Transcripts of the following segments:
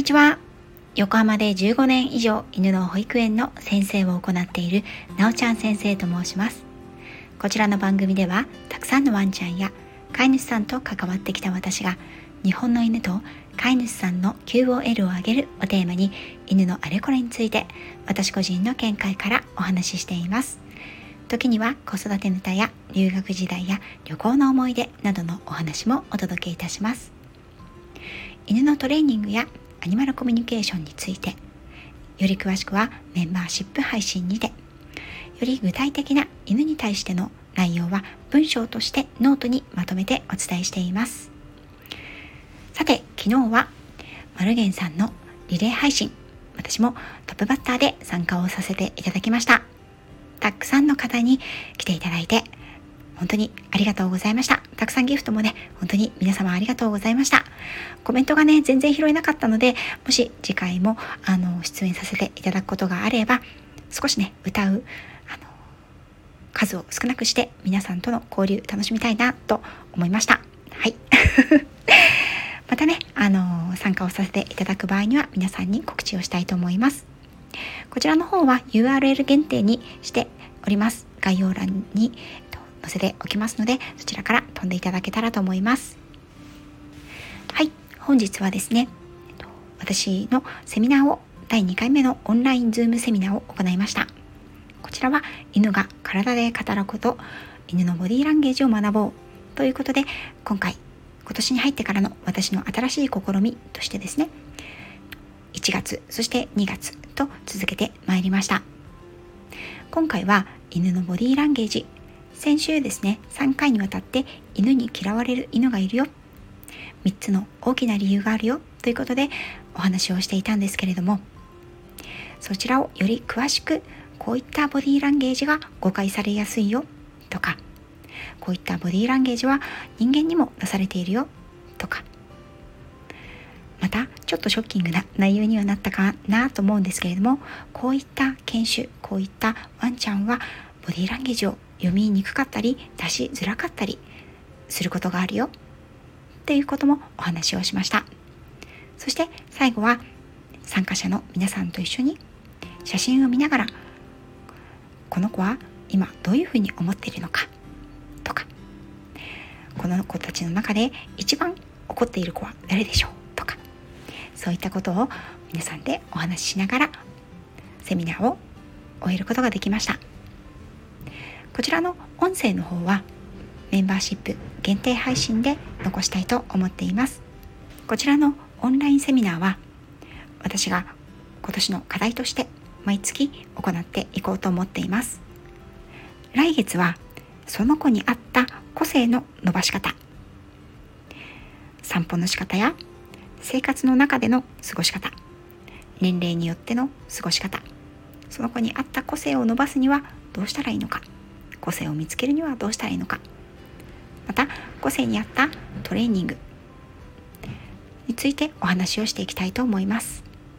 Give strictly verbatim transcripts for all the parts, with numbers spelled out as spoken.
にちは。横浜でじゅうごねん以上犬の保育園の先生を行っているなおちゃん先生と申します。こちらの番組ではたくさんのワンちゃんや飼い主さんと関わってきた私が日本の犬と飼い主さんの キューオーエル を上げるをテーマに犬のあれこれについて私個人の見解からお話ししています。時には子育てネタや留学時代や旅行の思い出などのお話もお届けいたします。犬のトレーニングやアニマルコミュニケーションについてより詳しくはメンバーシップ配信にて、より具体的な犬に対しての内容は文章としてノートにまとめてお伝えしています。さて、昨日はマルゲンさんのリレー配信、私もトップバッターで参加をさせていただきました。たくさんの方に来ていただいて本当にありがとうございました。たくさんギフトもね、本当に皆様ありがとうございました。コメントがね、全然拾えなかったので、もし次回もあの出演させていただくことがあれば、少しね、歌うあの数を少なくして皆さんとの交流楽しみたいなと思いました。はい。またね、あの参加をさせていただく場合には皆さんに告知をしたいと思います。こちらの方は ユーアールエル 限定にしております。概要欄に載せておきますので、そちらから飛んでいただけたらと思います。はい、本日はですね、私のセミナーをだいにかいめのオンラインズームセミナーを行いました。こちらは犬が体で語ること、犬のボディーランゲージを学ぼうということで、今回今年に入ってからの私の新しい試みとしてですね、いちがつそしてにがつと続けてまいりました。今回は犬のボディーランゲージ、先週ですね、さんかいにわたって犬に嫌われる犬がいるよ、みっつの大きな理由があるよということでお話をしていたんですけれども、そちらをより詳しく、こういったボディーランゲージが誤解されやすいよとか、こういったボディーランゲージは人間にも出されているよとか、またちょっとショッキングな内容にはなったかなと思うんですけれども、こういった犬種、こういったワンちゃんはボディーランゲージを読みにくかったり出しづらかったりすることがあるよっていうこともお話をしました。そして最後は参加者の皆さんと一緒に写真を見ながら、この子は今どういうふうに思っているのかとか、この子たちの中で一番怒っている子は誰でしょうとか、そういったことを皆さんでお話ししながらセミナーを終えることができました。こちらの音声の方はメンバーシップ限定配信で残したいと思っています。こちらのオンラインセミナーは私が今年の課題として毎月行っていこうと思っています。来月はその子に合った個性の伸ばし方、散歩の仕方や生活の中での過ごし方、年齢によっての過ごし方、その子に合った個性を伸ばすにはどうしたらいいのか、個性を見つけるにはどうしたらいいのか、また個性に合ったトレーニングについてお話をしていきたいと思います。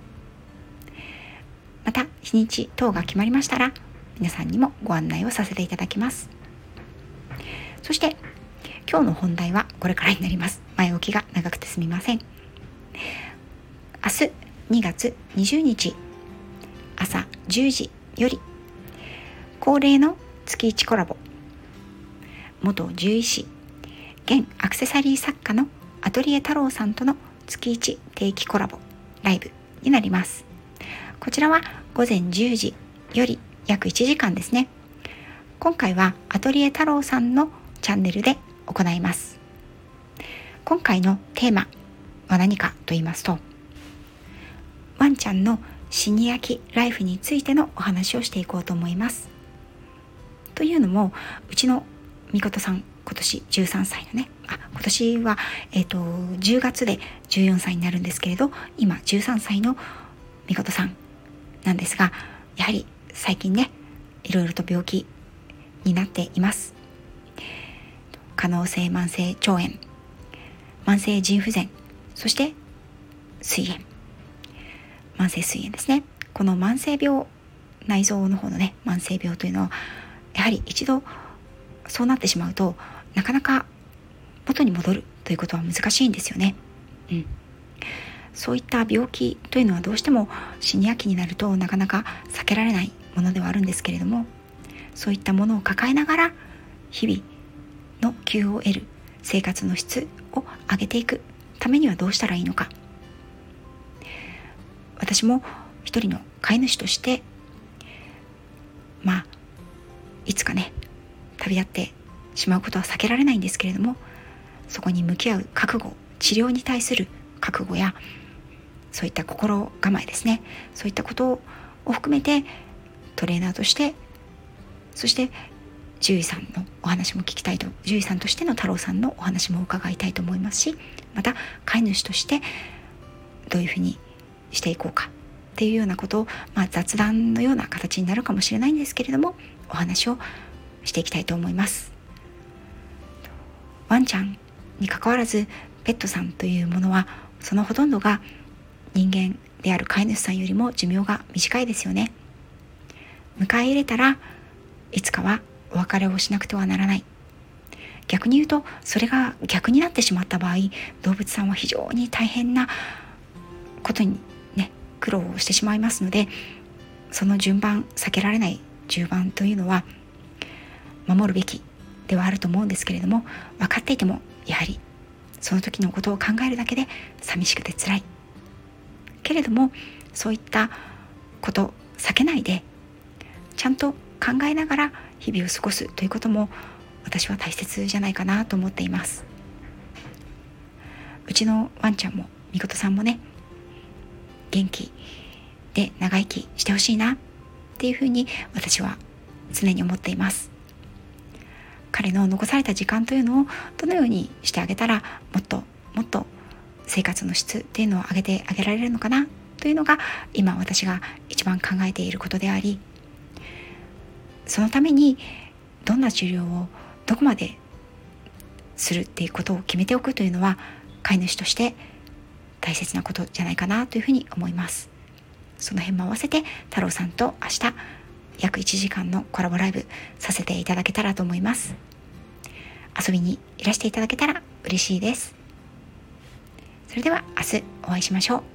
また日にち等が決まりましたら皆さんにもご案内をさせていただきます。そして今日の本題はこれからになります。前置きが長くてすみません。明日にがつにじゅうにち朝じゅうじより恒例の月いちコラボ、元獣医師現アクセサリー作家のアトリエ太郎さんとの月いち定期コラボライブになります。こちらはごぜんじゅうじより約いちじかんですね。今回はアトリエ太郎さんのチャンネルで行います。今回のテーマは何かと言いますと、ワンちゃんのシニア期ライフについてのお話をしていこうと思います。というのも、うちのみことさん、今年じゅうさんさいのね、あ今年は、えーと、じゅうがつでじゅうよんさいになるんですけれど、今じゅうさんさいのみことさんなんですが、やはり最近ね、いろいろと病気になっています。可能性慢性腸炎、慢性腎不全、そして膵炎、慢性膵炎ですね。この慢性病、内臓の方のね慢性病というのはやはり一度そうなってしまうとなかなか元に戻るということは難しいんですよね。うん、 そういった病気というのはどうしてもシニア期になるとなかなか避けられないものではあるんですけれども、そういったものを抱えながら日々の キューオーエル 生活の質を上げていくためにはどうしたらいいのか。私も一人の飼い主としてまあいつかね旅立ってしまうことは避けられないんですけれども、そこに向き合う覚悟、治療に対する覚悟やそういった心構えですね、そういったことを含めてトレーナーとして、そして獣医さんのお話も聞きたいと、獣医さんとしての太郎さんのお話も伺いたいと思いますし、また飼い主としてどういうふうにしていこうかっていうようなことを、まあ、雑談のような形になるかもしれないんですけれども、お話をしていきたいと思います。ワンちゃんに関わらずペットさんというものはそのほとんどが人間である飼い主さんよりも寿命が短いですよね。迎え入れたらいつかはお別れをしなくてはならない。逆に言うとそれが逆になってしまった場合、動物さんは非常に大変なことにね苦労をしてしまいますので、その順番、避けられない順番というのは守るべきではあると思うんですけれども、分かっていてもやはりその時のことを考えるだけで寂しくて辛いけれども、そういったこと避けないでちゃんと考えながら日々を過ごすということも私は大切じゃないかなと思っています。うちのワンちゃんもみことさんもね、元気で長生きしてほしいなっていうふうに私は常に思っています。彼の残された時間というのをどのようにしてあげたらもっともっと生活の質っていうのを上げてあげられるのかなというのが今私が一番考えていることであり、そのためにどんな治療をどこまでするっていうことを決めておくというのは飼い主として大切なことじゃないかなというふうに思います。その辺も合わせて太郎さんと明日約いちじかんのコラボライブさせていただけたらと思います。遊びにいらしていただけたら嬉しいです。それでは明日お会いしましょう。